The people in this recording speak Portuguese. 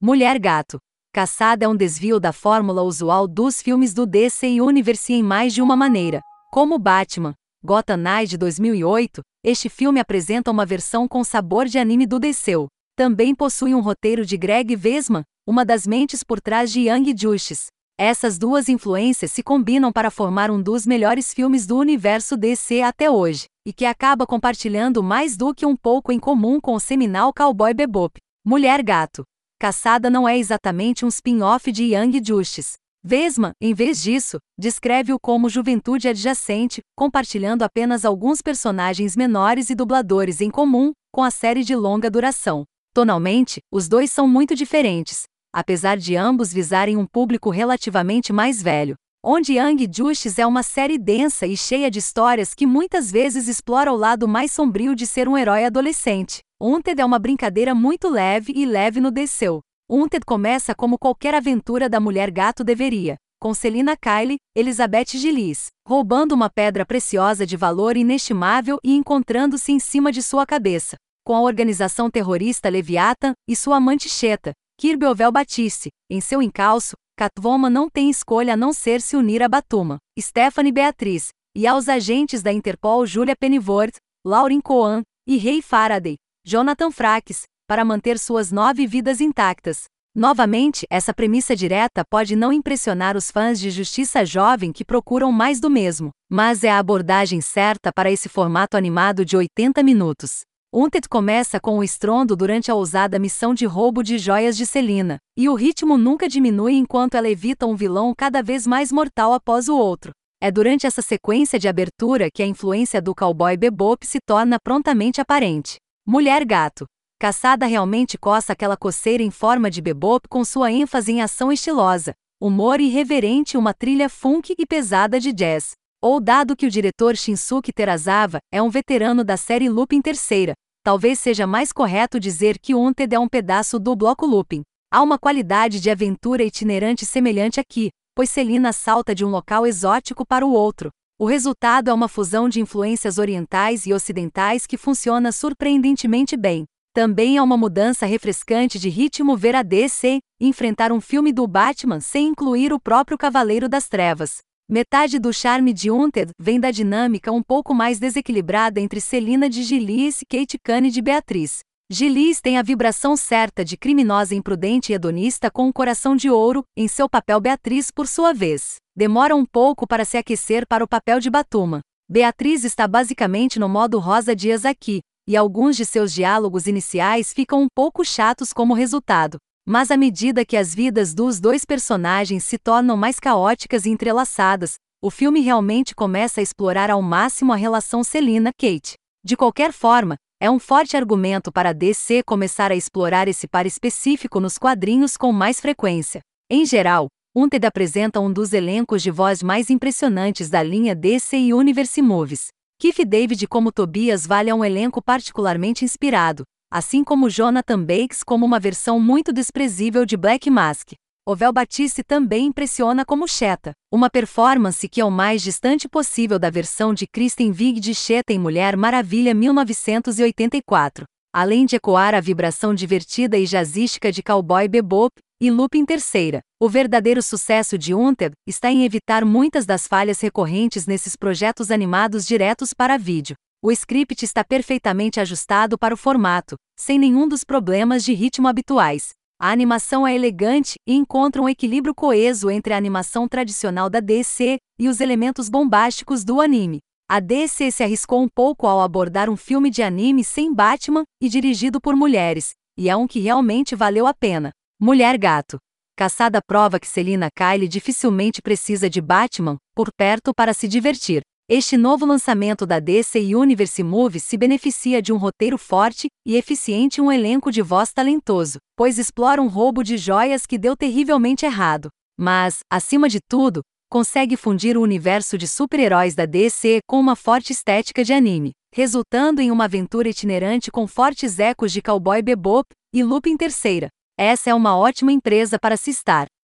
Mulher Gato. Caçada é um desvio da fórmula usual dos filmes do DC Universe em mais de uma maneira. Como Batman, Gotham Knight de 2008, este filme apresenta uma versão com sabor de anime do DCU. Também possui um roteiro de Greg Weisman, uma das mentes por trás de Young Justice. Essas duas influências se combinam para formar um dos melhores filmes do universo DC até hoje, e que acaba compartilhando mais do que um pouco em comum com o seminal Cowboy Bebop. Mulher Gato. Caçada não é exatamente um spin-off de Young Justice. Weisman, em vez disso, descreve-o como juventude adjacente, compartilhando apenas alguns personagens menores e dubladores em comum, com a série de longa duração. Tonalmente, os dois são muito diferentes, apesar de ambos visarem um público relativamente mais velho. Onde Young Justice é uma série densa e cheia de histórias que muitas vezes explora o lado mais sombrio de ser um herói adolescente. Wanted é uma brincadeira muito leve no DCU. Wanted começa como qualquer aventura da Mulher Gato deveria, com Selina Kyle, Elizabeth Gillies, roubando uma pedra preciosa de valor inestimável e encontrando-se em cima de sua cabeça, com a organização terrorista Leviathan e sua amante Cheta, Kirby Ovel Batiste. Em seu encalço, Catwoman não tem escolha a não ser se unir a Batwoman, Stephanie Beatriz, e aos agentes da Interpol Julia Pennyworth, Lauren Cohan e Ray Faraday, Jonathan Frakes, para manter suas 9 vidas intactas. Novamente, essa premissa direta pode não impressionar os fãs de Justiça Jovem que procuram mais do mesmo, mas é a abordagem certa para esse formato animado de 80 minutos. Wanted começa com um estrondo durante a ousada missão de roubo de joias de Selina, e o ritmo nunca diminui enquanto ela evita um vilão cada vez mais mortal após o outro. É durante essa sequência de abertura que a influência do Cowboy Bebop se torna prontamente aparente. Mulher Gato. Caçada realmente coça aquela coceira em forma de bebop com sua ênfase em ação estilosa, humor irreverente e uma trilha funk e pesada de jazz. Ou dado que o diretor Shinsuke Terazawa é um veterano da série Lupin III, talvez seja mais correto dizer que Wanted é um pedaço do bloco Lupin. Há uma qualidade de aventura itinerante semelhante aqui, pois Selina salta de um local exótico para o outro. O resultado é uma fusão de influências orientais e ocidentais que funciona surpreendentemente bem. Também é uma mudança refrescante de ritmo ver a DC enfrentar um filme do Batman sem incluir o próprio Cavaleiro das Trevas. Metade do charme de Wanted vem da dinâmica um pouco mais desequilibrada entre Selina de Gillies e Kate Kane de Beatriz. Gillies tem a vibração certa de criminosa imprudente e hedonista com um coração de ouro, em seu papel Beatriz por sua vez. Demora um pouco para se aquecer para o papel de Batwoman. Beatriz está basicamente no modo Rosa Dias aqui, e alguns de seus diálogos iniciais ficam um pouco chatos como resultado. Mas à medida que as vidas dos dois personagens se tornam mais caóticas e entrelaçadas, o filme realmente começa a explorar ao máximo a relação Selina-Kate. De qualquer forma, é um forte argumento para a DC começar a explorar esse par específico nos quadrinhos com mais frequência. Em geral, Wanted apresenta um dos elencos de voz mais impressionantes da linha DC Universe Movies. Keith David como Tobias Vale é um elenco particularmente inspirado, assim como Jonathan Bakes como uma versão muito desprezível de Black Mask. Ovel Batiste também impressiona como Cheta, uma performance que é o mais distante possível da versão de Kristen Wiig de Cheta em Mulher Maravilha 1984, além de ecoar a vibração divertida e jazzística de Cowboy Bebop e Lupin III. O verdadeiro sucesso de Wanted está em evitar muitas das falhas recorrentes nesses projetos animados diretos para vídeo. O script está perfeitamente ajustado para o formato, sem nenhum dos problemas de ritmo habituais. A animação é elegante e encontra um equilíbrio coeso entre a animação tradicional da DC e os elementos bombásticos do anime. A DC se arriscou um pouco ao abordar um filme de anime sem Batman e dirigido por mulheres, e é um que realmente valeu a pena. Mulher Gato. Caçada prova que Selina Kyle dificilmente precisa de Batman por perto para se divertir. Este novo lançamento da DC Universe Movies se beneficia de um roteiro forte e eficiente e um elenco de voz talentoso, pois explora um roubo de joias que deu terrivelmente errado. Mas, acima de tudo, consegue fundir o universo de super-heróis da DC com uma forte estética de anime, resultando em uma aventura itinerante com fortes ecos de Cowboy Bebop e Lupin III. Essa é uma ótima empresa para se estar.